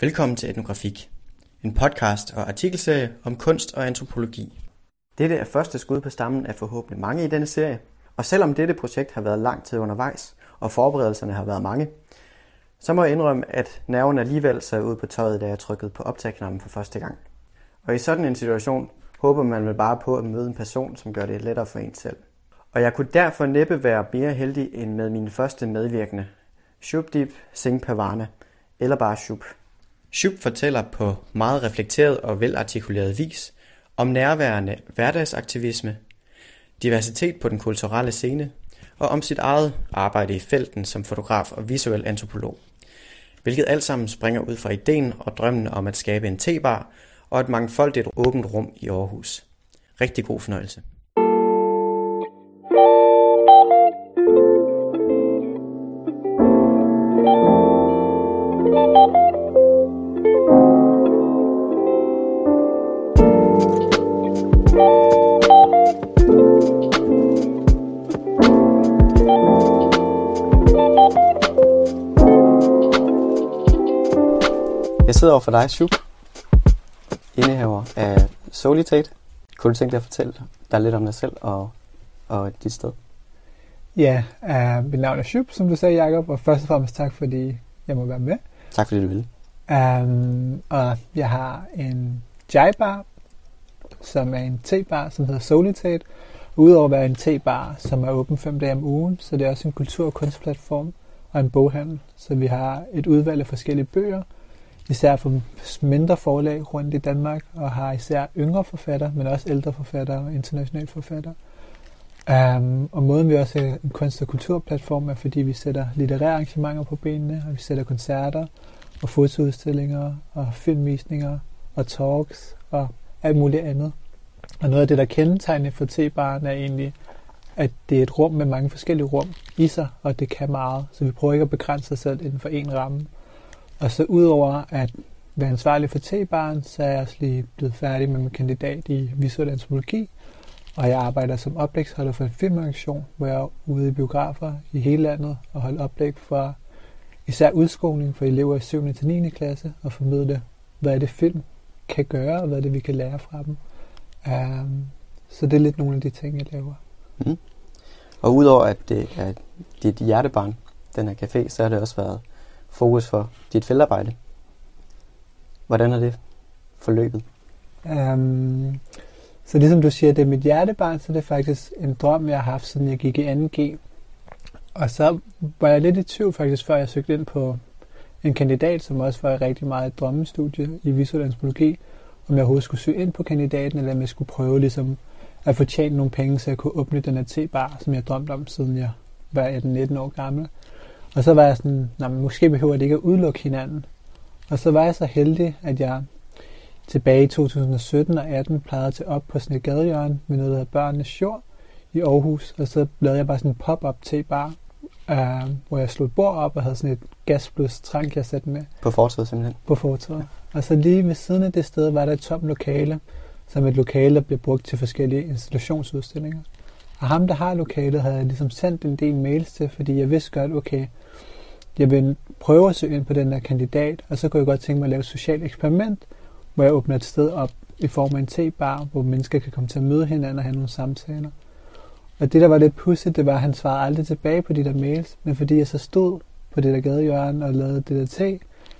Velkommen til Etnografik, en podcast og artikelserie om kunst og antropologi. Dette er første skud på stammen af forhåbentlig mange i denne serie, og selvom dette projekt har været lang tid undervejs, og forberedelserne har været mange, så må jeg indrømme, at nerven alligevel sad ud på tøjet, da jeg trykkede på optagknappen for første gang. Og i sådan en situation håber man vel bare på at møde en person, som gør det lettere for en selv. Og jeg kunne derfor næppe være mere heldig end med mine første medvirkende, Shubdeep Singh Parwana, eller bare Shub. Shub fortæller på meget reflekteret og velartikuleret vis om nærværende hverdagsaktivisme, diversitet på den kulturelle scene og om sit eget arbejde i felten som fotograf og visuel antropolog, hvilket alt sammen springer ud fra ideen og drømmen om at skabe en tebar og et mangfoldigt åbent rum i Aarhus. Rigtig god fornøjelse. Jeg sidder over for dig, Shub, indehaver af Solitate. Kunne du tænke dig at fortælle dig lidt om dig selv og dit sted? Ja, mit navn er Shub, som du sagde, Jacob, og først og fremmest tak, fordi jeg må være med. Tak fordi du ville. Og jeg har en chai-bar, som er en te-bar, som hedder Solitate. Udover at være en te-bar, som er åben 5 dage om ugen, så det er også en kultur- og kunstplatform og en boghandel. Så vi har et udvalg af forskellige bøger, især for mindre forlag rundt i Danmark, og har især yngre forfattere, men også ældre forfattere og internationale forfattere. Og måden vi også er en kunst- og kulturplatform er, fordi vi sætter litterære arrangementer på benene, og vi sætter koncerter og fotoudstillinger og filmvisninger og talks og alt muligt andet. Og noget af det, der kendetegner for T-baren, er egentlig, at det er et rum med mange forskellige rum i sig, og det kan meget. Så vi prøver ikke at begrænse os selv inden for en ramme. Og så udover at være ansvarlig for T-baren, så er jeg også lige blevet færdig med min kandidat i visuel antropologi. Og jeg arbejder som oplægsholder for en filmaktion, hvor jeg er ude i biografer i hele landet og holder oplæg for især udskoling for elever i 7. til 9. klasse og formidle, hvad er det film kan gøre, og hvad er det vi kan lære fra dem. Så det er lidt nogle af de ting, jeg laver. Mm. Og udover at det er dit hjertebarn, den her café, så har det også været fokus for dit feltarbejde. Hvordan er det forløbet? Så ligesom du siger, det er mit hjertebarn, så det er faktisk en drøm, jeg har haft, siden jeg gik i 2G. Og så var jeg lidt i tvivl faktisk, før jeg søgte ind på en kandidat, som også var rigtig meget et drømmestudie i visuel antropologi, om jeg overhovedet skulle søge ind på kandidaten, eller om jeg skulle prøve ligesom at fortjene nogle penge, så jeg kunne åbne den her te-bar, som jeg drømte om, siden jeg var 18-19 år gammel. Og så var jeg sådan, måske behøver det ikke at udelukke hinanden. Og så var jeg så heldig, at jeg tilbage i 2017 og 18 plejede til op på sådan et gadehjørne med noget, der hedder Børnenes Jord i Aarhus. Og så lavede jeg bare sådan en pop-up te-bar, hvor jeg slog et bord op og havde sådan et gas plus trank, jeg satte med. På fortovet simpelthen? På fortovet. Og så lige ved siden af det sted var der et tomt lokale, som et lokale, der bliver brugt til forskellige installationsudstillinger. Og ham, der har lokalet, havde jeg ligesom sendt en del mails til, fordi jeg vidste godt, okay, jeg vil prøve at søge ind på den der kandidat, og så kunne jeg godt tænke mig at lave et socialt eksperiment, hvor jeg åbner et sted op i form af en te-bar, hvor mennesker kan komme til at møde hinanden og have nogle samtaler. Og det, der var lidt pudsigt, det var, at han svarede aldrig tilbage på de der mails, men fordi jeg så stod på det der gadehjørne og lavede det der te,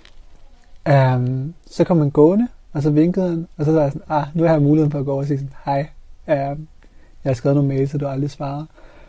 så kom han gående, og så vinkede han, og så var jeg sådan, nu har jeg muligheden for at gå over og sige sådan, hej, jeg har skrevet nogle mails, så du aldrig svarer.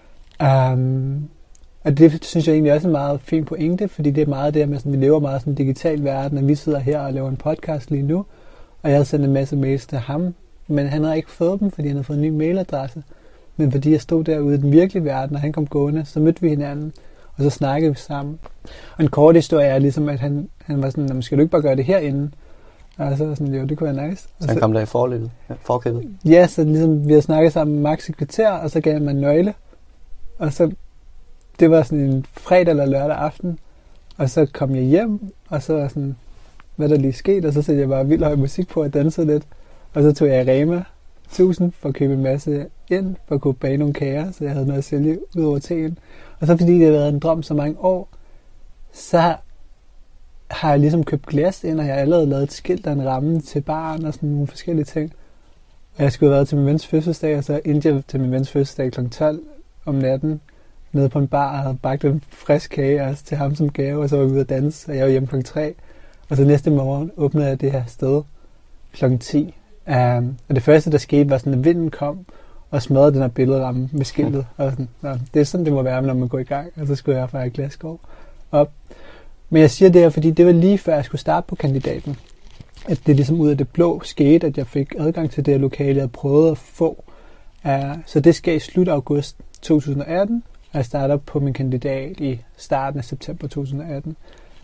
Og det synes jeg egentlig også er en meget fin pointe, fordi det er meget det med, at vi lever meget sådan en digital verden, og vi sidder her og laver en podcast lige nu, og jeg havde sendt en masse mails til ham, men han havde ikke fået dem, fordi han havde fået en ny mailadresse. Men fordi jeg stod derude i den virkelige verden, og han kom gående, så mødte vi hinanden, og så snakkede vi sammen. Og en kort historie er ligesom, at han var sådan, skal du ikke bare gøre det herinde? Og så var sådan, jo, det kunne være nice. Så han kom der i forkøbet? Ja, så ligesom vi havde snakket sammen max et kvarter, og så gav han mig en nøgle. Og så, det var sådan en fredag eller lørdag aften, og så kom jeg hjem, og så var sådan, hvad der lige skete, og så satte jeg bare vildt høj musik på og dansede lidt. Og så tog jeg i Rema 1000 for at købe en masse ind, for at kunne bage nogle kager, så jeg havde noget at sælge ud over teen. Og så fordi det havde været en drøm så mange år, så har jeg ligesom købt glas ind, og jeg har allerede lavet et skilt og en ramme til baren og sådan nogle forskellige ting. Og jeg skulle have været til min vens fødselsdag, og så endte jeg til min vens fødselsdag kl. 12 om natten, nede på en bar, og havde bagt en frisk kage også til ham som gave, og så var vi ude at danse, og jeg var hjemme kl. 3. Og så næste morgen åbnede jeg det her sted kl. 10. Og det første, der skete, var sådan, at vinden kom og smadrede den her billedramme med skiltet. Og sådan, det er sådan, det må være, når man går i gang. Og så skulle jeg fejre Glasskov op. Men jeg siger det her, fordi det var lige før jeg skulle starte på kandidaten. At det ligesom ud af det blå skete, at jeg fik adgang til det her lokale, jeg havde prøvet at få. Så det sker i slut august 2018, og jeg starter på min kandidat i starten af september 2018.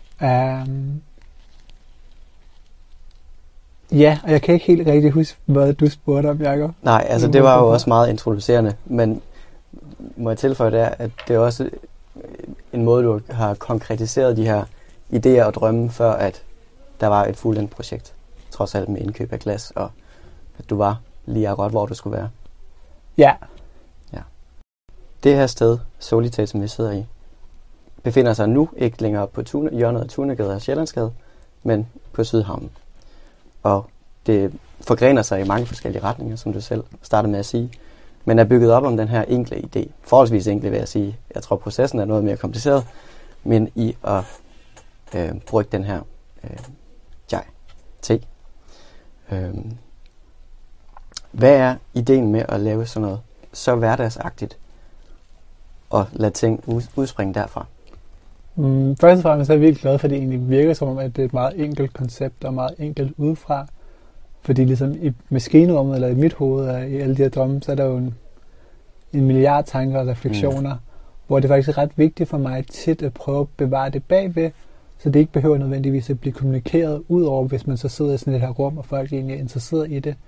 Ja, og jeg kan ikke helt rigtig huske, hvad du spurgte om, Jacob. Nej, altså det var jo også meget introducerende, men må jeg tilføje der, at det er også en måde, du har konkretiseret de her idéer og drømme, før at der var et fuldendt projekt, trods alt med indkøb af glas, og at du var lige akkurat, hvor du skulle være. Ja. Det her sted, Solitate, som vi sidder i, befinder sig nu ikke længere på hjørnet af Tunegade og Sjællandsgade, men på Sydhavnen. Og det forgrener sig i mange forskellige retninger, som du selv startede med at sige, men er bygget op om den her enkle idé. Forholdsvis enkle, vil jeg sige. Jeg tror, processen er noget mere kompliceret, men i at brygge den her chai-te. Hvad er ideen med at lave sådan noget så hverdagsagtigt og lade ting udspringe derfra? Først og fremmest er jeg virkelig glad for, at det egentlig virker som om, at det er et meget enkelt koncept og meget enkelt udefra. Fordi ligesom i maskinrummet eller i mit hoved og i alle de her drømme, så er der jo en milliard tanker og refleksioner, hvor det faktisk er ret vigtigt for mig tit at prøve at bevare det bagved, så det ikke behøver nødvendigvis at blive kommunikeret ud over, hvis man så sidder i sådan et her rum, og folk egentlig er interesseret i det.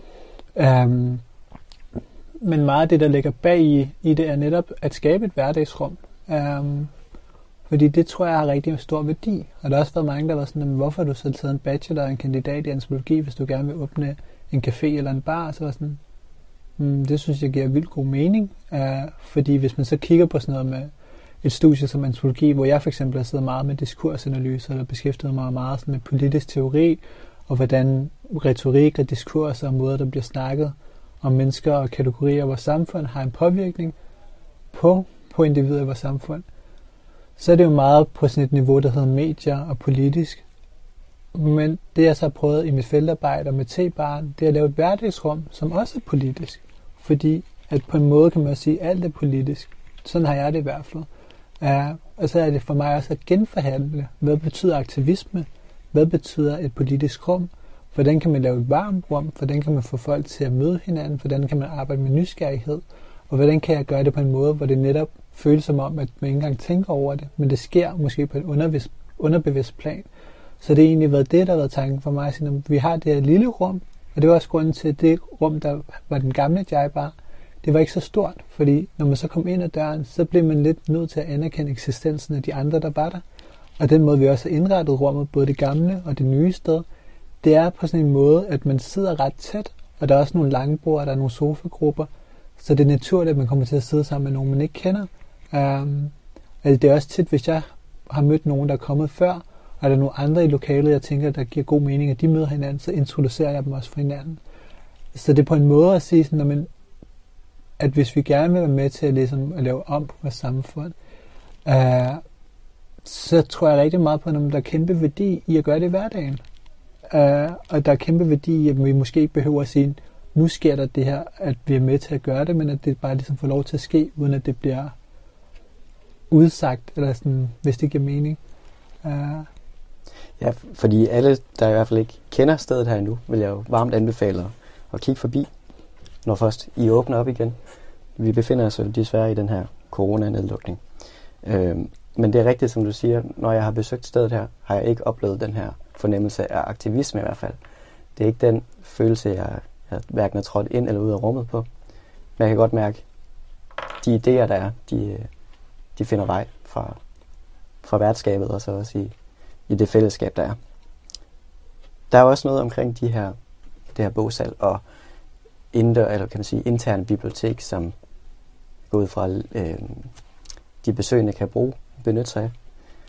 Men meget af det, der ligger bag i det, er netop at skabe et hverdagsrum. Fordi det tror jeg har rigtig stor værdi. Og der har også været mange, der var sådan, hvorfor har du så taget en bachelor og en kandidat i antropologi, hvis du gerne vil åbne en café eller en bar? Så var sådan, det synes jeg giver vildt god mening. Fordi hvis man så kigger på sådan noget med et studie som antropologi, hvor jeg for eksempel har siddet meget med diskursanalyse, eller beskæftiget mig meget sådan med politisk teori, og hvordan retorik og diskurs og måder, der bliver snakket om mennesker og kategorier i vores samfund, har en påvirkning på individer i vores samfund, så er det jo meget på sådan et niveau, der hedder medier og politisk. Men det jeg så har prøvet i mit feltarbejde og med T-baren, det er at lave et hverdagsrum, som også er politisk. Fordi at på en måde kan man også sige, at alt er politisk. Sådan har jeg det i hvert fald. Og så er det for mig også at genforhandle, hvad betyder aktivisme? Hvad betyder et politisk rum? Hvordan kan man lave et varmt rum? Hvordan kan man få folk til at møde hinanden? Hvordan kan man arbejde med nysgerrighed? Og hvordan kan jeg gøre det på en måde, hvor det netop føles som om, at man ikke engang tænker over det, men det sker måske på et underbevidst plan. Så det har egentlig været det, der har været tanken for mig. Så vi har det her lille rum, og det var også grunden til, at det rum, der var den gamle Jai-bar, det var ikke så stort, fordi når man så kom ind ad døren, så blev man lidt nødt til at anerkende eksistensen af de andre, der var der. Og den måde, vi også har indrettet rummet, både det gamle og det nye sted, det er på sådan en måde, at man sidder ret tæt, og der er også nogle langbord, og der er nogle sofagrupper, så det er naturligt, at man kommer til at sidde sammen med nogen, man ikke kender. Det er også tit, hvis jeg har mødt nogen, der er kommet før, og der er nogle andre i lokalet, jeg tænker, der giver god mening, at de møder hinanden, så introducerer jeg dem også for hinanden. Så det er på en måde at sige, sådan, at hvis vi gerne vil være med til at lave om på vores samfund, så tror jeg rigtig meget på, at der er kæmpe værdi i at gøre det i hverdagen. Og der er kæmpe værdi i, at vi måske ikke behøver at sige, nu sker der det her, at vi er med til at gøre det, men at det bare ligesom får lov til at ske, uden at det bliver udsagt, eller sådan, hvis det giver mening. Ja, fordi alle, der i hvert fald ikke kender stedet her endnu, vil jeg jo varmt anbefale at kigge forbi, når først I åbner op igen. Vi befinder os jo desværre i den her corona-nedlukning. Men det er rigtigt, som du siger, når jeg har besøgt stedet her, har jeg ikke oplevet den her fornemmelse af aktivisme i hvert fald. Det er ikke den følelse, jeg hverken er trådt ind eller ud af rummet på. Men jeg kan godt mærke, de idéer, der er, de finder vej fra værtskabet, og så også i det fællesskab, der er. Der er også noget omkring det her bogsalg og eller kan man sige interne bibliotek, som går ud fra de besøgende kan benytte sig af.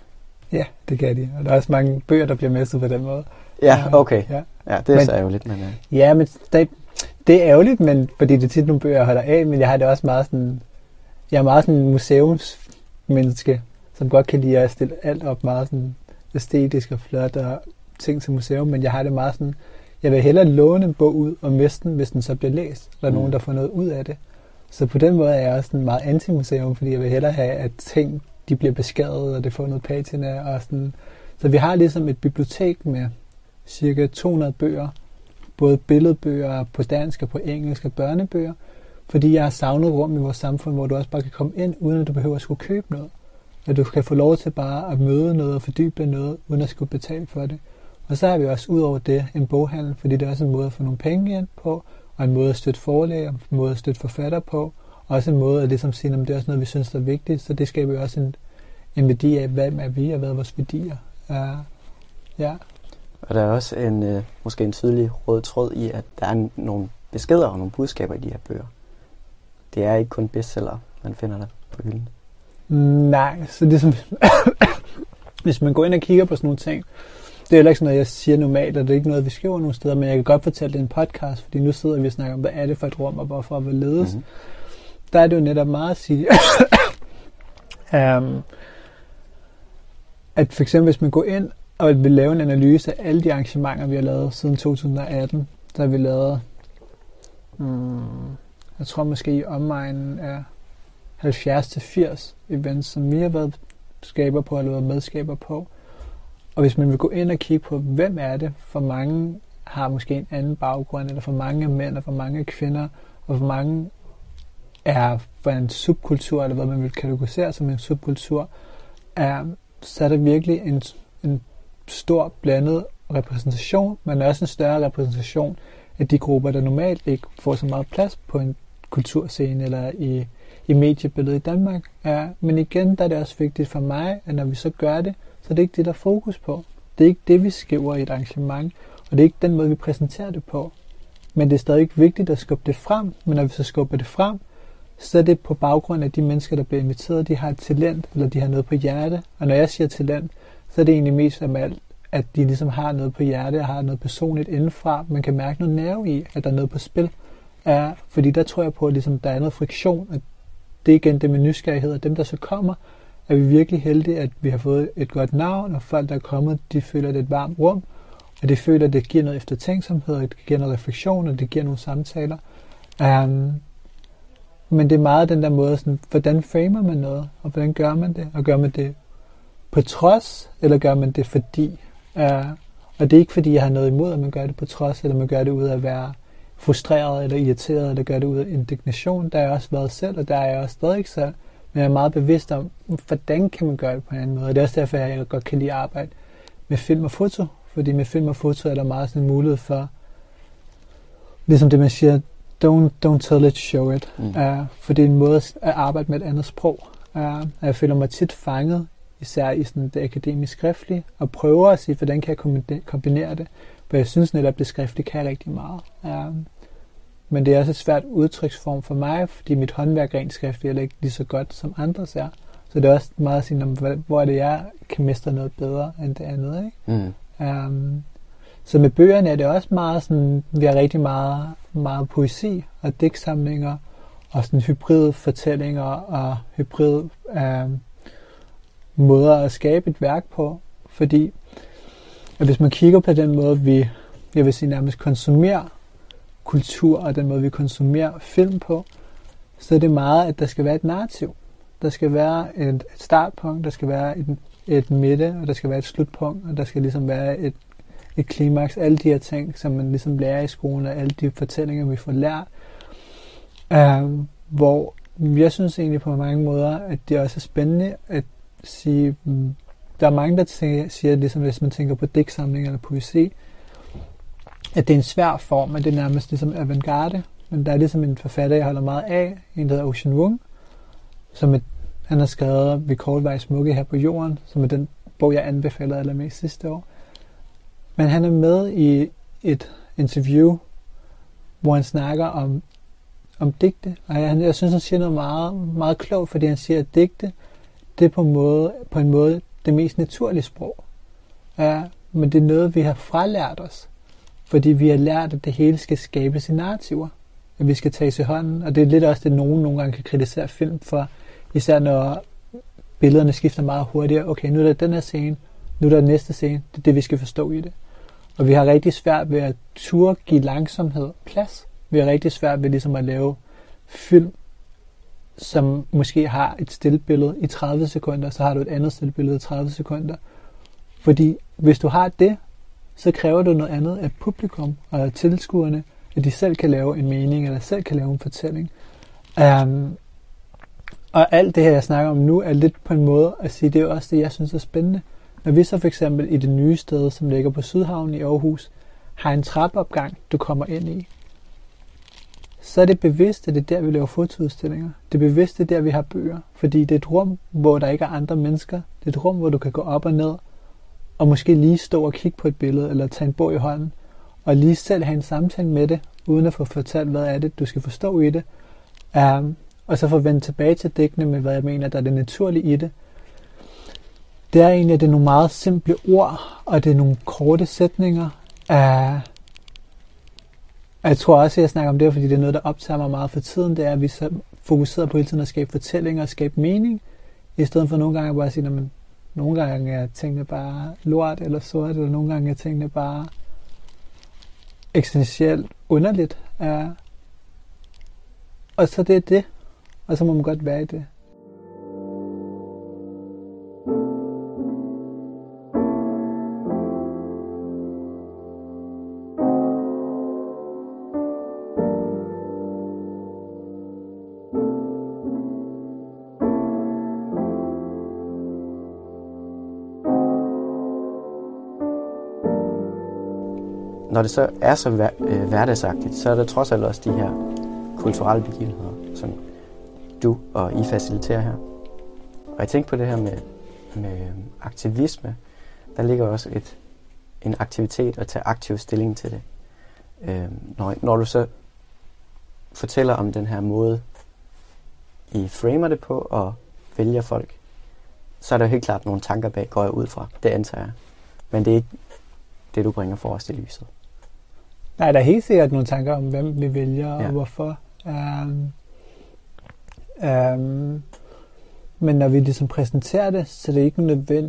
Ja, det kan de. Og der er også mange bøger, der bliver mistet på den måde. Ja, okay. Ja, det er så ærgerligt. Men, Ja, men det er ærgerligt, men, fordi det er tit nogle bøger, jeg holder af, men jeg har det også meget sådan... Jeg er meget sådan en museumsmenneske, som godt kan lide at stille alt op meget sådan æstetisk og flot og ting til museum, men jeg har det meget sådan... Jeg vil hellere låne en bog ud og miste den, hvis den så bliver læst. Der er nogen, der får noget ud af det. Så på den måde er jeg også sådan meget anti-museum, fordi jeg vil hellere have, at ting de bliver beskadiget, og det får noget patina. Og sådan. Så vi har ligesom et bibliotek med cirka 200 bøger, både billedbøger på dansk og på engelsk og børnebøger, fordi jeg har savnet rum i vores samfund, hvor du også bare kan komme ind, uden at du behøver at skulle købe noget. At du kan få lov til bare at møde noget og fordybe noget, uden at skulle betale for det. Og så har vi også ud over det en boghandel, fordi det er også en måde at få nogle penge ind på, og en måde at støtte forlag, og en måde at støtte forfatter på, og også en måde at ligesom sige, at det er også noget, vi synes er vigtigt, så det skaber jo også en værdi af, hvad er vi, og hvad er vores værdier. Ja. Og der er også måske en tydelig rød tråd i, at der er nogle beskeder og nogle budskaber i de her bøger. Det er ikke kun bestseller, man finder der på hylden. Nej, så ligesom, hvis man går ind og kigger på sådan nogle ting, det er heller ikke sådan noget, jeg siger normalt, og det er ikke noget, vi skriver nogle steder, men jeg kan godt fortælle det i en podcast, fordi nu sidder vi og snakker om, hvad er det for et rum, og hvorfor vil ledes. Mm-hmm. Der er det jo netop meget at sige, at for eksempel hvis man går ind og vil lave en analyse af alle de arrangementer, vi har lavet siden 2018, så har vi lavet, jeg tror måske i omegnen af 70-80 events, som vi har været skaber på, eller været medskaber på. Og hvis man vil gå ind og kigge på, hvem er det, for mange har måske en anden baggrund, eller for mange er mænd, og for mange er kvinder, og for mange er for en subkultur, eller hvad man vil kategorisere som en subkultur, så er der virkelig en stor blandet repræsentation, men også en større repræsentation af de grupper, der normalt ikke får så meget plads på en kulturscene eller i mediebilledet i Danmark. Men igen, der er det også vigtigt for mig, at når vi så gør det, så det er ikke det, der er fokus på. Det er ikke det, vi skriver i et arrangement, og det er ikke den måde, vi præsenterer det på. Men det er stadig vigtigt at skubbe det frem, men når vi så skubber det frem, så er det på baggrund af de mennesker, der bliver inviteret, de har et talent, eller de har noget på hjerte. Og når jeg siger talent, så er det egentlig mest af alt, at de ligesom har noget på hjerte, og har noget personligt indenfra. Man kan mærke noget nerve i, at der er noget på spil. Fordi der tror jeg på, at ligesom, der er noget friktion, at det er igen det med nysgerrighed, og dem, der så kommer, er vi virkelig heldige, at vi har fået et godt navn, og folk, der er kommet, de føler, at det er et varmt rum, og de føler, at det giver noget eftertænksomhed, og det giver noget refleksion, og det giver nogle samtaler. Men det er meget den der måde, sådan, hvordan framer man noget, og hvordan gør man det? Og gør man det på trods, eller gør man det fordi? Og det er ikke fordi, jeg har noget imod, at man gør det på trods, eller man gør det ud af at være frustreret, eller irriteret, eller gør det ud af indignation. Der har jeg også været selv, og der er jeg også stadig ikke selv. Men jeg er meget bevidst om, hvordan kan man gøre det på en anden måde. Og det er også derfor, jeg godt kan lide at arbejde med film og foto. Fordi med film og foto er der meget sådan en mulighed for, ligesom det man siger, don't tell it, show it. For det er en måde at arbejde med et andet sprog. Jeg føler mig tit fanget, især i sådan det akademisk skriftlige, og prøver at sige, hvordan kan jeg kombinere det. For jeg synes netop, det skriftlige kan rigtig meget. Men det er også et svært udtryksform for mig, fordi mit håndværk rent skriftligt er ikke lige så godt som andres er. Så det er også meget at sige, hvor er det, jeg kan mestre noget bedre end det andet. Ikke? Så med bøgerne er det også meget sådan, vi har rigtig meget poesi og digtsamlinger, og sådan hybride fortællinger og hybride måder at skabe et værk på. Fordi at hvis man kigger på den måde, jeg vil sige nærmest konsumerer kultur, og den måde, vi konsumerer film på, så er det meget, at der skal være et narrativ. Der skal være et startpunkt, der skal være et midte, og der skal være et slutpunkt, og der skal ligesom være et klimaks. Alle de her ting, som man ligesom lærer i skolen, og alle de fortællinger, vi får lært. Hvor jeg synes egentlig på mange måder, at det også er spændende at sige, der er mange, der siger, ligesom hvis man tænker på digtsamling eller poesi, at det er en svær form, at det er nærmest ligesom avantgarde. Men der er ligesom en forfatter, jeg holder meget af, en der hedder Ocean Vuong, han har skrevet Vi kortveje smukke her på jorden, som er den bog, jeg anbefalede allermest sidste år. Men han er med i et interview, hvor han snakker om digte, og jeg synes, han siger noget meget, meget klogt, fordi han siger, at digte, det er på en måde det mest naturlige sprog. Men det er noget, vi har fralært os. Fordi vi har lært, at det hele skal skabes i narrativer. At vi skal tages i hånden. Og det er lidt også det, nogen nogle gange kan kritisere film for. Især når billederne skifter meget hurtigere. Okay, nu er der den her scene. Nu er der næste scene. Det er det, vi skal forstå i det. Og vi har rigtig svært ved at turde give langsomhed plads. Vi har rigtig svært ved ligesom at lave film, som måske har et stillbillede i 30 sekunder, så har du et andet stillbillede i 30 sekunder. Fordi hvis du har det, så kræver du noget andet af publikum og af tilskuerne, at de selv kan lave en mening, eller selv kan lave en fortælling. Og alt det her, jeg snakker om nu, er lidt på en måde at sige, det er også det, jeg synes er spændende. Når vi så for eksempel i det nye sted, som ligger på Sydhavnen i Aarhus, har en trappeopgang, du kommer ind i, så er det bevidst, at det er der, vi laver fotoudstillinger. Det er bevidst, det er der, vi har bøger. Fordi det er et rum, hvor der ikke er andre mennesker. Det er et rum, hvor du kan gå op og ned, og måske lige stå og kigge på et billede, eller tage en bog i hånden, og lige selv have en samtale med det, uden at få fortalt, hvad er det, du skal forstå i det. Og så få vendt tilbage til digtene med, hvad jeg mener, der er det naturlige i det. Det er egentlig, at det er nogle meget simple ord, og det er nogle korte sætninger. Jeg tror også, at jeg snakker om det, fordi det er noget, der optager mig meget for tiden. Det er, at vi så fokuserer på hele tiden at skabe fortællinger og skabe mening, i stedet for nogle gange at bare sige, at nogle gange er tingene bare lort eller sort, eller nogle gange er tingene bare eksistentielt underligt. Og så det er det, og så må man godt være i det. Når det så er så hverdagsagtigt, så er der trods alt også de her kulturelle begivenheder, som du og I faciliterer her. Og jeg tænker på det her med aktivisme. Der ligger også en aktivitet at tage aktiv stilling til det. Når du så fortæller om den her måde, I framer det på og vælger folk, så er der jo helt klart nogle tanker bag, går jeg ud fra. Det antager jeg. Men det er ikke det, du bringer forrest i lyset. Nej, der er helt sikkert nogle tanker om, hvem vi vælger og hvorfor. Men når vi ligesom præsenterer det, så det er ikke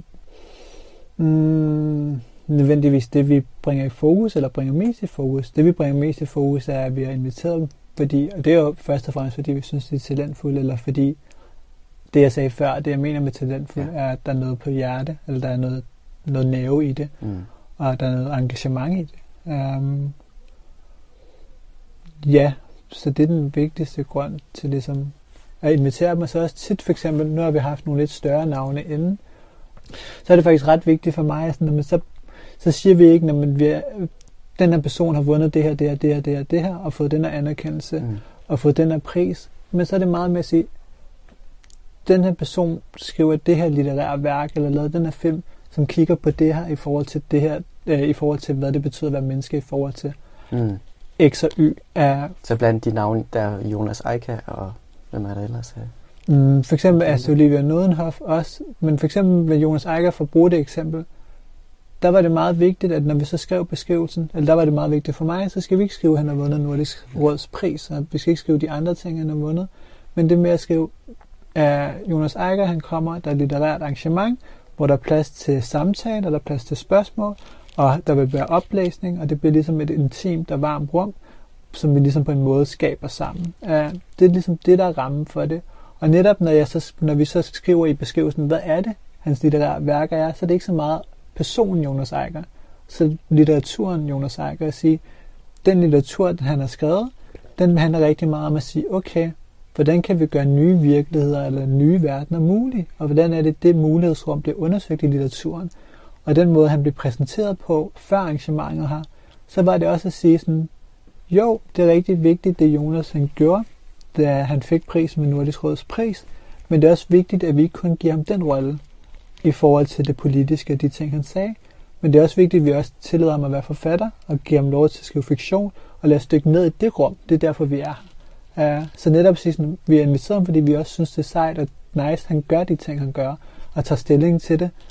nødvendigvis det, vi bringer i fokus, eller bringer mest i fokus. Det, vi bringer mest i fokus, er, at vi har inviteret dem, fordi, og det er jo først og fremmest, fordi vi synes, de er talentfulde, eller fordi det, jeg sagde før, det jeg mener med talentfuld, er, at der er noget på hjerte, eller der er noget nerve i det, og der er noget engagement i det. Så det er den vigtigste grund til ligesom at invitere dem. Og så også tit, for eksempel, nu har vi haft nogle lidt større navne inden, så er det faktisk ret vigtigt for mig, sådan, så siger vi ikke, at den her person har vundet det her, og fået den her anerkendelse, og fået den her pris. Men så er det meget med at sige, den her person skriver det her litterære værk, eller lavet den her film, som kigger på det her i forhold til det her, i forhold til, hvad det betyder at være menneske, i forhold til X og Y. Så blandt de navne, der er Jonas Eika, og hvem er der ellers? For eksempel er Olivia Nordenhof også, men for eksempel med Jonas Eika, for at bruge det eksempel, der var det meget vigtigt, at når vi så skrev beskrivelsen, eller der var det meget vigtigt for mig, så skal vi ikke skrive, at han har vundet Nordisk Råds pris, og vi skal ikke skrive de andre ting, han har vundet, men det med at skrive, at Jonas Eika, han kommer, der er litterært arrangement, hvor der er plads til samtale, og der er plads til spørgsmål, og der vil være oplæsning, og det bliver ligesom et intimt og varmt rum, som vi ligesom på en måde skaber sammen. Det er ligesom det, der er rammen for det. Og netop når vi så skriver i beskrivelsen, hvad er det, hans litterære værker er, så er det ikke så meget personen Jonas Eika, så litteraturen Jonas Eika, at sige, den litteratur, han har skrevet, den handler rigtig meget om at sige, okay, hvordan kan vi gøre nye virkeligheder eller nye verdener mulige, og hvordan er det mulighedsrum bliver undersøgt i litteraturen. Og den måde, han blev præsenteret på før arrangementet her, så var det også at sige sådan, jo, det er rigtig vigtigt, det Jonas han gjorde, da han fik prisen med Nordisk Råds pris, men det er også vigtigt, at vi ikke kun giver ham den rolle i forhold til det politiske og de ting, han sagde, men det er også vigtigt, at vi også tillader ham at være forfatter og giver ham lov til at skrive fiktion og lade os dykke ned i det rum. Det er derfor, vi er her. Så netop sådan, vi er inviteret ham, fordi vi også synes, det er sejt, at nice, han gør de ting, han gør, og tager stilling til det.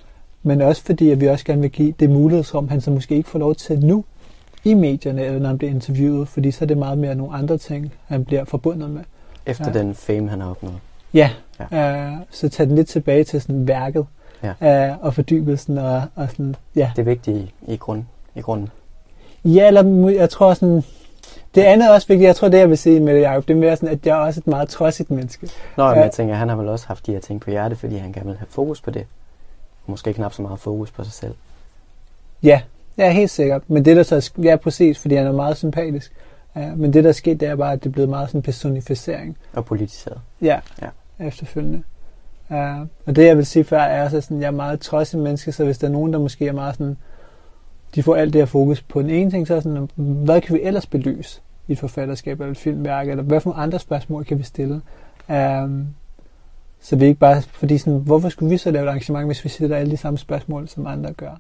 Men også fordi, at vi også gerne vil give det mulighedsrum, han så måske ikke får lov til nu i medierne, eller når han bliver interviewet, fordi så er det meget mere nogle andre ting, han bliver forbundet med. Efter den fame, han har opnået. Ja. Så tag den lidt tilbage til sådan værket, og fordybelsen, og sådan, ja. Det er vigtigt i grunden. Ja, eller jeg tror sådan, det andet er også vigtigt, jeg tror det, jeg vil sige med det, Jacob, det er mere sådan, at jeg er også et meget trodsigt menneske. Nå, men jeg tænker, han har vel også haft de her ting på hjertet, fordi han gerne vil have fokus på det. Måske knap så meget fokus på sig selv. Ja, helt sikkert. Men det der så, ja præcis, fordi han er meget sympatisk. Men det der er sket, det er bare, at det er blevet meget sådan en personificering. Og politiseret. Ja. Efterfølgende. Og det jeg vil sige før, er så sådan, jeg er meget trodsig menneske, så hvis der er nogen, der måske er meget sådan, de får alt det her fokus på den ene ting, så er sådan, hvad kan vi ellers belyse i et forfatterskab eller et filmværk, eller hvad for nogle andre spørgsmål kan vi stille? Så vi ikke bare, fordi sådan, hvorfor skulle vi så lave et arrangement, hvis vi stiller alle de samme spørgsmål, som andre gør?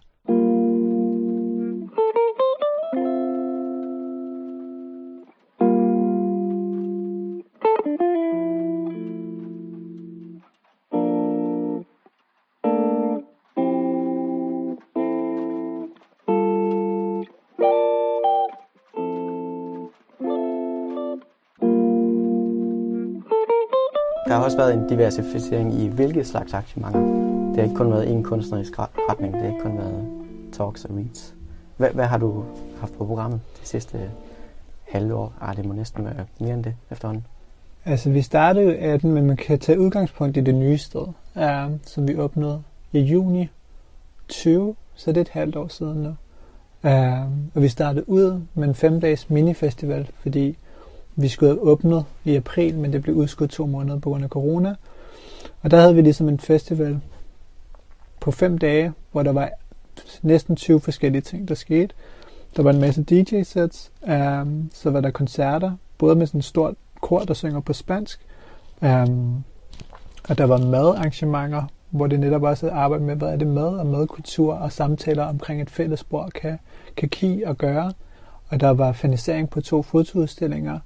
Der har også været en diversificering i hvilke slags arrangementer. Det har ikke kun været en kunstnerisk retning, det har ikke kun været talks og reads. Hvad har du haft på programmet de sidste halve år? Det må næsten være mere end det efterhånden. Altså vi startede jo 18, men man kan tage udgangspunkt i det nye sted, som vi åbnede i juni 20, så det er et halvt år siden nu. Og vi startede ud med en 5-dages minifestival, fordi vi skulle have åbnet i april, men det blev udskudt 2 måneder på grund af corona. Og der havde vi ligesom en festival på 5 dage, hvor der var næsten 20 forskellige ting, der skete. Der var en masse DJ-sets, så var der koncerter, både med sådan et stort kor, der synger på spansk, og der var madarrangementer, hvor det netop også havde arbejdet med, hvad er det mad og madkultur og samtaler omkring et fælles spor kan give og gøre. Og der var fanisering på 2 fotoudstillinger.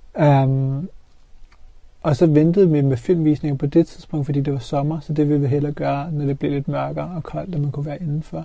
Og så ventede vi med filmvisninger på det tidspunkt, fordi det var sommer, så det ville vi hellere gøre, når det blev lidt mørkere og koldt, og man kunne være indenfor.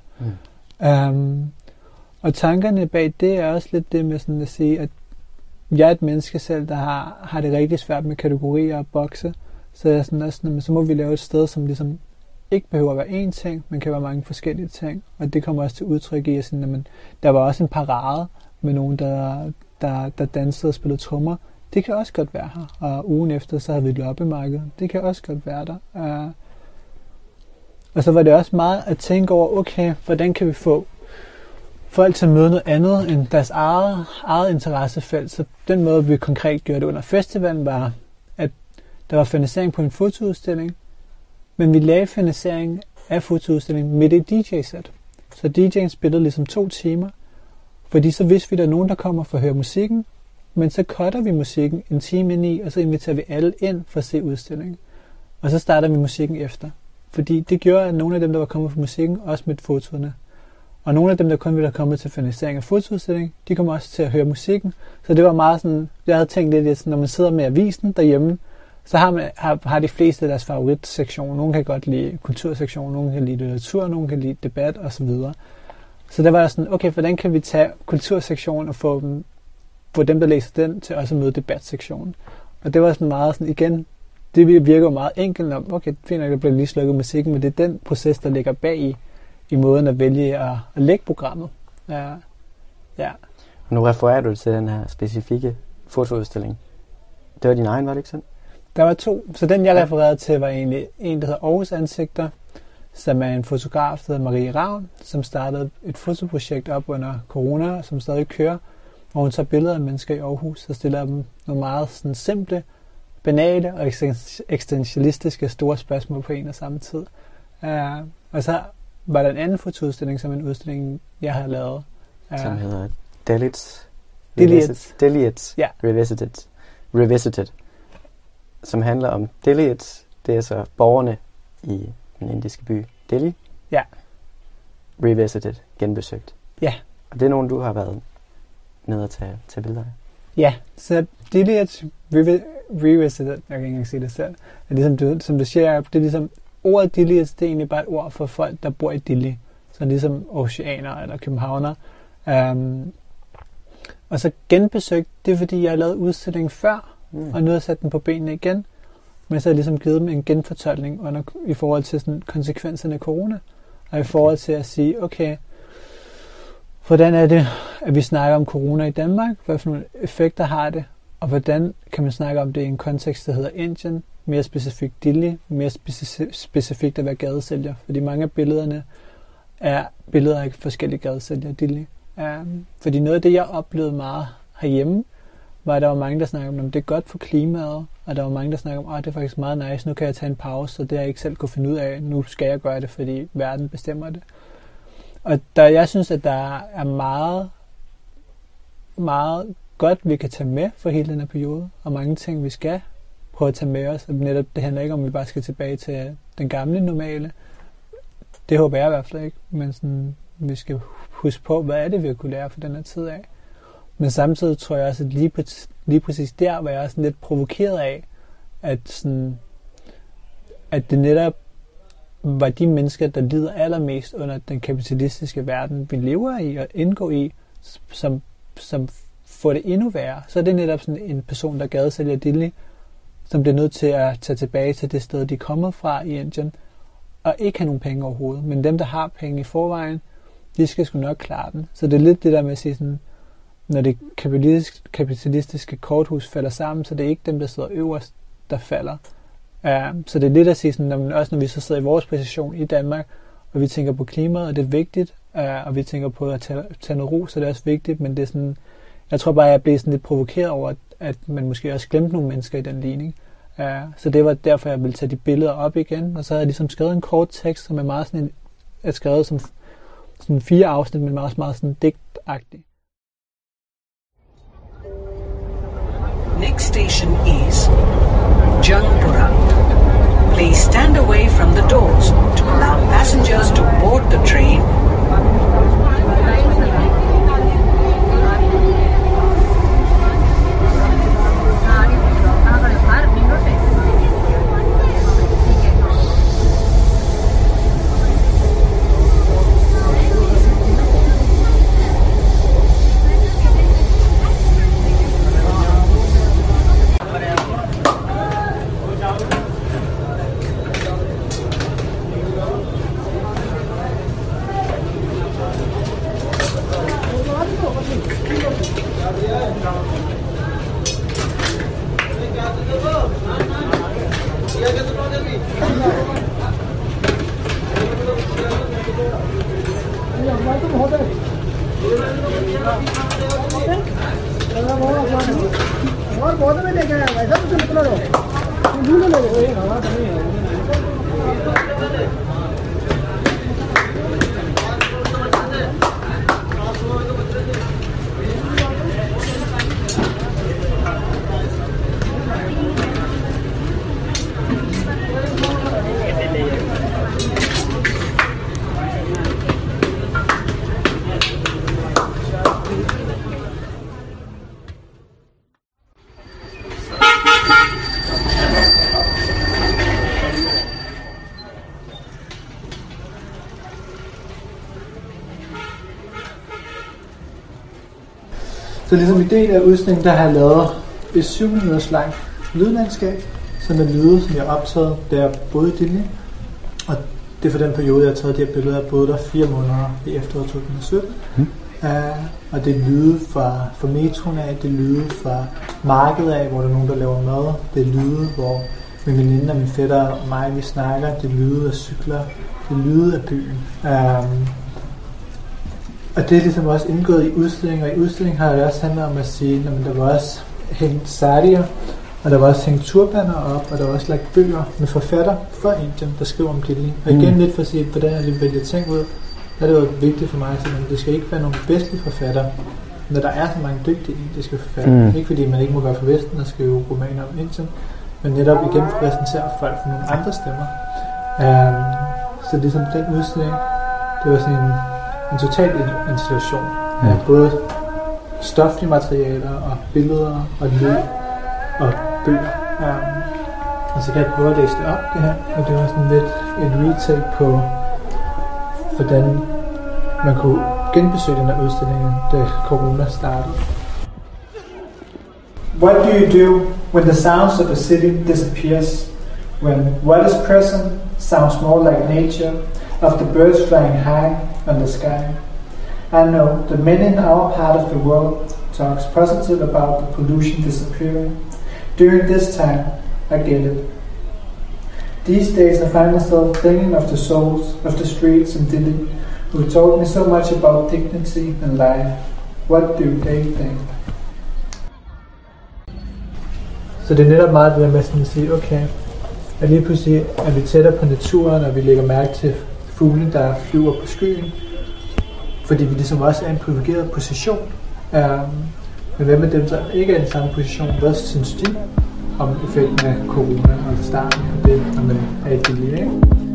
Og tankerne bag det er også lidt det med sådan at sige, at jeg er et menneske selv, der har det rigtig svært med kategorier og bokse, så jeg er sådan også, så må vi lave et sted, som ligesom ikke behøver at være én ting, men kan være mange forskellige ting, og det kommer også til udtryk i, at sådan, der var også en parade med nogen, der dansede og spillede trommer. Det kan også godt være her. Og ugen efter, så havde vi et loppemarked. Det kan også godt være der. Og så var det også meget at tænke over, okay, hvordan kan vi få folk til at møde noget andet end deres eget interessefelt. Så den måde, vi konkret gjorde det under festivalen, var, at der var fanisering på en fotoudstilling, men vi lagde fanisering af fotoudstillingen midt i et DJ-sæt. Så DJ'en spillede ligesom 2 timer, fordi så vidste vi, at der er nogen, der kommer for at høre musikken, men så cutter vi musikken en time ind i, og så inviterer vi alle ind for at se udstillingen. Og så starter vi musikken efter. Fordi det gjorde, at nogle af dem, der var kommet for musikken, også med fotoerne. Og nogle af dem, der kun ville have kommet til fanisering af fotoudstilling, de kom også til at høre musikken. Så det var meget sådan, jeg havde tænkt lidt, at når man sidder med avisen derhjemme, så har de fleste deres favoritsektion. Nogle kan godt lide kultursektion, nogle kan lide litteratur, nogle kan lide debat osv. Så der var sådan, okay, hvordan kan vi tage kultursektionen og få dem, der læser den, til også at møde debatsektionen. Og det var sådan meget sådan, igen, det virker jo meget enkelt, om, okay, fint nok, der bliver lige slukket musikken, men det er den proces, der ligger bag i måden at vælge at lægge programmet. Ja. Nu refererer du til den her specifikke fotoudstilling. Det var din egen, var det ikke sådan? Der var 2. Så den, jeg refererede til, var egentlig en, der hedder Aarhus Ansigter, som er en fotograf, der hedder Marie Ravn, som startede et fotoprojekt op under corona, som stadig kører, hvor hun tager billeder af mennesker i Aarhus og stiller dem nogle meget sådan simple, banale og eksistentialistiske store spørgsmål på en og samme tid. Og så var der en anden fotoudstilling, som en udstilling, jeg har lavet. Som hedder Deliets ja. Revisited. Som handler om Deliets. Det er så borgerne i den indiske by Delhi. Ja. Revisited, genbesøgt. Ja. Og det er nogen, du har været nede at tage billeder af. Ja, så Deliets Revisited, jeg kan ikke engang sige det selv, er ligesom som du siger, det er ligesom ordet Dili, det er egentlig bare et ord for folk, der bor i Dili. Så ligesom oceaner eller københavner. Og så genbesøgt, det er fordi, jeg har lavet udstilling før, og nu har jeg sat den på benene igen. Men så har jeg ligesom givet dem en genfortolkning i forhold til sådan, konsekvenserne af corona. Og i forhold til at sige, okay, hvordan er det, at vi snakker om corona i Danmark? Hvad for nogle effekter har det? Og hvordan kan man snakke om det i en kontekst, der hedder Indien? Mere specifikt Dili, mere specifikt at være gadesælger. Fordi mange af billederne er billeder af forskellige gadesælgere i Dili. Fordi noget af det, jeg oplevede meget herhjemme, var, at der var mange, der snakkede om, at det er godt for klimaet, og der var mange, der snakkede om, at det er faktisk meget nice, nu kan jeg tage en pause, så det har jeg ikke selv kunne finde ud af, nu skal jeg gøre det, fordi verden bestemmer det. Og jeg synes, at der er meget, meget godt, vi kan tage med for hele den her periode, og mange ting, vi skal prøve at tage med os. Og netop, det handler ikke om, at vi bare skal tilbage til den gamle normale. Det håber jeg i hvert fald ikke, men sådan, vi skal huske på, hvad er det, vi har kunne lære for den her tid af. Men samtidig tror jeg også, at lige præcis der var jeg sådan lidt provokeret af, at det netop var de mennesker, der lider allermest under den kapitalistiske verden, vi lever i og indgår i, som får det endnu værre. Så er det netop sådan en person, der gadesælger Dili, som bliver nødt til at tage tilbage til det sted, de kommer fra i Indien, og ikke have nogen penge overhovedet. Men dem, der har penge i forvejen, de skal sgu nok klare den. Så det er lidt det der med at sige sådan, når det kapitalistiske korthus falder sammen, så det er ikke dem, der sidder øverst, der falder. Så det er lidt at sige sådan, også når vi så sidder i vores position i Danmark, og vi tænker på klimaet, og det er vigtigt, og vi tænker på at tage noget ro, så det er også vigtigt, men det er sådan, jeg tror bare, jeg blev sådan lidt provokeret over, at man måske også glemte nogle mennesker i den ligning. Så det var derfor, jeg ville tage de billeder op igen, og så havde jeg ligesom skrevet en kort tekst, som er meget sådan skrevet som sådan 4 afsnit, men meget, meget sådan digtagtig. Next station is Jangpura. Please stand away from the doors to allow passengers to board the train. Så ligesom i del af udstillingen, der har jeg lavet et 7 minutters langt lydlandskab, som er lyde, som jeg har optaget, da jeg boede i Dili. Og det er for den periode, jeg har taget de her billeder. Jeg boede der 4 måneder i efteråret 2017. Og det er lyde fra metroen af, det er lyde fra markedet af, hvor der er nogen, der laver mad. Det er lyde, hvor min veninde og min fætter og mig, vi snakker. Det er lyde af cykler. Det er lyde af byen. Og det er ligesom også indgået i udstillingen, og i udstillingen har det også handlet om at sige, at der var også hængt sarier, og der var også hængt turbaner op, og der var også lagt bøger med forfatter fra Indien, der skriver om Dili. Og igen lidt for at sige, hvordan jeg vælger ting ud, der er det jo vigtigt for mig at sige, at det skal ikke være nogle bedste forfatter, når der er så mange dygtige indiske forfattere. Ikke fordi man ikke må gøre for Vesten og skrive romaner om Indien, men netop igen præsentere folk fra nogle andre stemmer. Så ligesom den udstilling, det var sådan en total installation af både stoflige materialer og billeder og lyd og bøger. Og så kan jeg prøve at læse det op, det her. Og det var sådan lidt et retake på, hvordan man kunne genbesøge den her udstilling, da corona startede. What do you do when the sounds of a city disappears? When what is present sounds more like nature, of the birds flying high on the sky. I know that many in our part of the world talks positive about the pollution disappearing. During this time, I get it. These days I find myself thinking of the souls of the streets in Delhi who taught me so much about dignity and life. What do they think? Så det er netop meget det der med sådan at sige, okay, at lige pludselig er vi tættere på naturen, og vi lægger mærke til fugle, der flyver på skyen, fordi vi ligesom også er i en privilegeret position. Men hvad med dem, der ikke er i den samme position? Hvad synes de om effekten af corona og starten af det, når man er i det lige, ikke?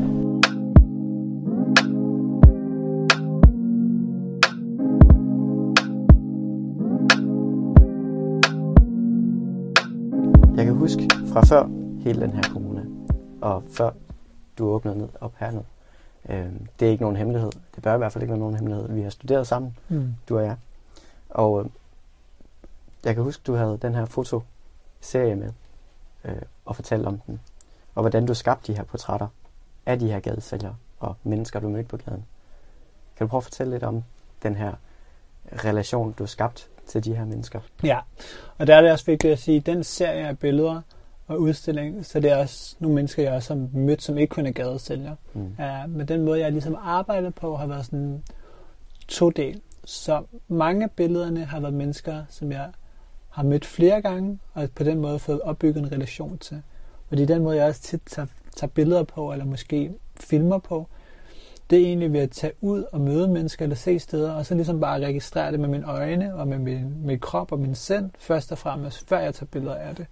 Jeg kan huske fra før hele den her corona, og før du åbnede ned op hernede. Det er ikke nogen hemmelighed. Det bør i hvert fald ikke være nogen hemmelighed. Vi har studeret sammen, du og jeg. Og jeg kan huske, du havde den her fotoserie med, og fortalte om den. Og hvordan du skabte de her portrætter af de her gadesælgere og mennesker, du mødte på gaden. Kan du prøve at fortælle lidt om den her relation, du har skabt til de her mennesker? Ja, og der er det også vigtigt at sige, at den serie af billeder og udstilling, så det er også nogle mennesker, jeg også har mødt, som ikke kun er gadesælgere. Men den måde, jeg ligesom arbejdet på, har været sådan to del. Så mange af billederne har været mennesker, som jeg har mødt flere gange, og på den måde fået opbygget en relation til. Fordi den måde, jeg også tit tager billeder på, eller måske filmer på, det er egentlig ved at tage ud og møde mennesker, eller se steder, og så ligesom bare registrere det med mine øjne, og med min krop og min sind, først og fremmest, før jeg tager billeder af det.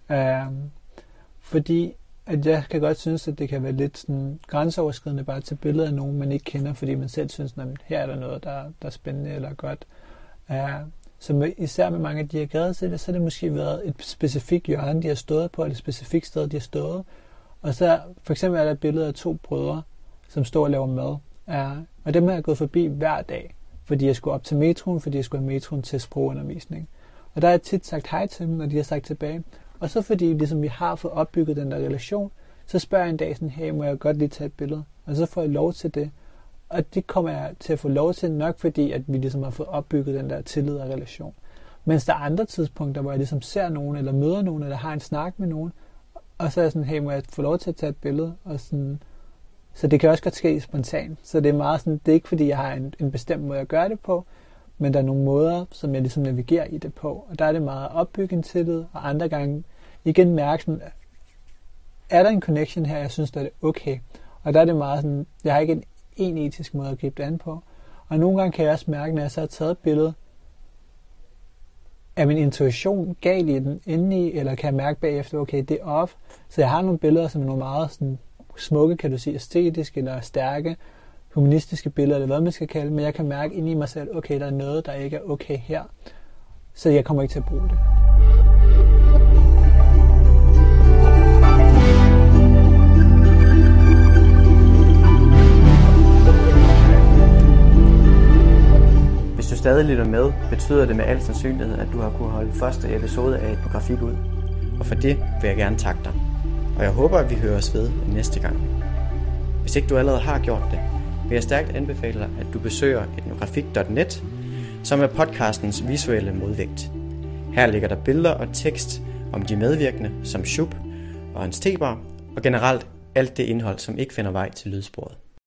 Fordi at jeg kan godt synes, at det kan være lidt sådan grænseoverskridende bare at tage billeder af nogen, man ikke kender, fordi man selv synes, at her er der noget, der er spændende eller godt. Så især med mange af de her gadesælgere, så har det måske været et specifikt hjørne, de har stået på, eller et specifikt sted, de har stået. Og så for eksempel er der et billede af 2 brødre, som står og laver mad. Og dem har jeg gået forbi hver dag, fordi jeg skulle op til metroen, fordi jeg skulle have metroen til sprogundervisning. Og der har jeg tit sagt hej til dem, og de har sagt tilbage. Og så fordi ligesom vi har fået opbygget den der relation, så spørger jeg en dag sådan, hey, må jeg godt lige tage et billede? Og så får jeg lov til det. Og det kommer jeg til at få lov til nok, fordi at vi ligesom har fået opbygget den der tillid og relation. Mens der er andre tidspunkter, hvor jeg ligesom ser nogen, eller møder nogen, eller har en snak med nogen, og så er jeg sådan, hey, må jeg få lov til at tage et billede? Og sådan, så det kan også godt ske spontant. Så det er meget sådan, det er ikke fordi, jeg har en bestemt måde at gøre det på, men der er nogle måder, som jeg ligesom navigerer i det på. Og der er det meget at opbygge en tillid, og andre gange igen mærke sådan, er der en connection her, jeg synes, der er det okay. Og der er det meget sådan, jeg har ikke en etisk måde at gribe det an på. Og nogle gange kan jeg også mærke, når jeg så har taget et billede, er min intuition gal i den indeni, eller kan jeg mærke bagefter, okay, det er off. Så jeg har nogle billeder, som er nogle meget sådan smukke, kan du sige, æstetiske eller stærke, humanistiske billeder, eller hvad man skal kalde, men jeg kan mærke inde i mig selv, okay, der er noget, der ikke er okay her. Så jeg kommer ikke til at bruge det. Hvis du stadig lytter med, betyder det med al sandsynlighed, at du har kunnet holde første episode af Etnografik ud. Og for det vil jeg gerne takke dig. Og jeg håber, at vi høres ved næste gang. Hvis ikke du allerede har gjort det, vil jeg stærkt anbefale dig, at du besøger etnografik.net, som er podcastens visuelle modvægt. Her ligger der billeder og tekst om de medvirkende, som Shub og Hans Tebar, og generelt alt det indhold, som ikke finder vej til lydsporet.